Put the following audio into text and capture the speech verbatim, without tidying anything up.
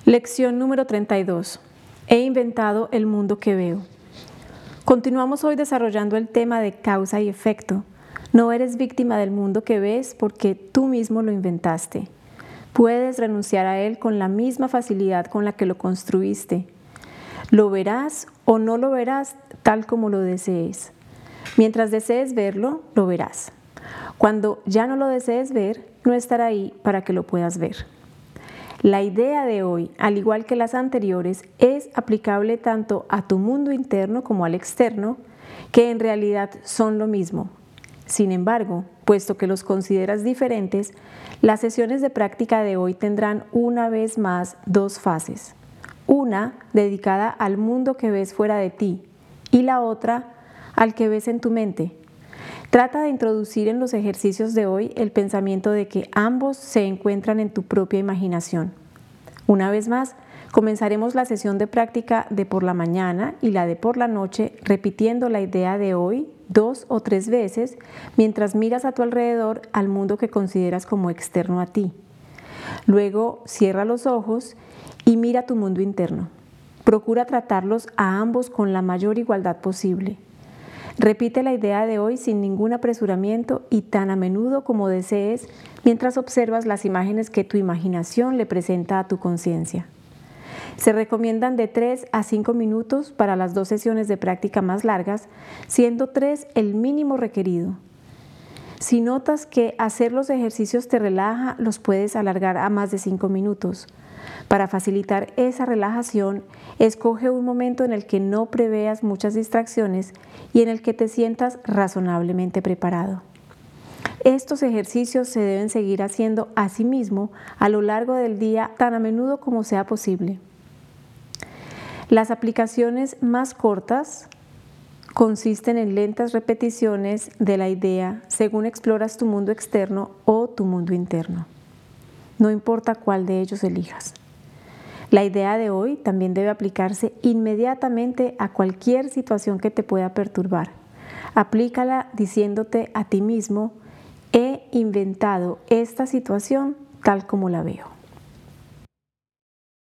Lección número treinta y dos. He inventado el mundo que veo. Continuamos hoy desarrollando el tema de causa y efecto. No eres víctima del mundo que ves porque tú mismo lo inventaste. Puedes renunciar a él con la misma facilidad con la que lo construiste. Lo verás o no lo verás tal como lo desees. Mientras desees verlo, lo verás. Cuando ya no lo desees ver, no estará ahí para que lo puedas ver. La idea de hoy, al igual que las anteriores, es aplicable tanto a tu mundo interno como al externo, que en realidad son lo mismo. Sin embargo, puesto que los consideras diferentes, las sesiones de práctica de hoy tendrán una vez más dos fases. Una dedicada al mundo que ves fuera de ti y la otra al que ves en tu mente. Trata de introducir en los ejercicios de hoy el pensamiento de que ambos se encuentran en tu propia imaginación. Una vez más, comenzaremos la sesión de práctica de por la mañana y la de por la noche repitiendo la idea de hoy dos o tres veces mientras miras a tu alrededor al mundo que consideras como externo a ti. Luego cierra los ojos y mira tu mundo interno. Procura tratarlos a ambos con la mayor igualdad posible. Repite la idea de hoy sin ningún apresuramiento y tan a menudo como desees mientras observas las imágenes que tu imaginación le presenta a tu conciencia. Se recomiendan de tres a cinco minutos para las dos sesiones de práctica más largas, siendo tres el mínimo requerido. Si notas que hacer los ejercicios te relaja, los puedes alargar a más de cinco minutos. Para facilitar esa relajación, escoge un momento en el que no preveas muchas distracciones y en el que te sientas razonablemente preparado. Estos ejercicios se deben seguir haciendo a sí mismo a lo largo del día tan a menudo como sea posible. Las aplicaciones más cortas consisten en lentas repeticiones de la idea según exploras tu mundo externo o tu mundo interno. No importa cuál de ellos elijas. La idea de hoy también debe aplicarse inmediatamente a cualquier situación que te pueda perturbar. Aplícala diciéndote a ti mismo: he inventado esta situación tal como la veo.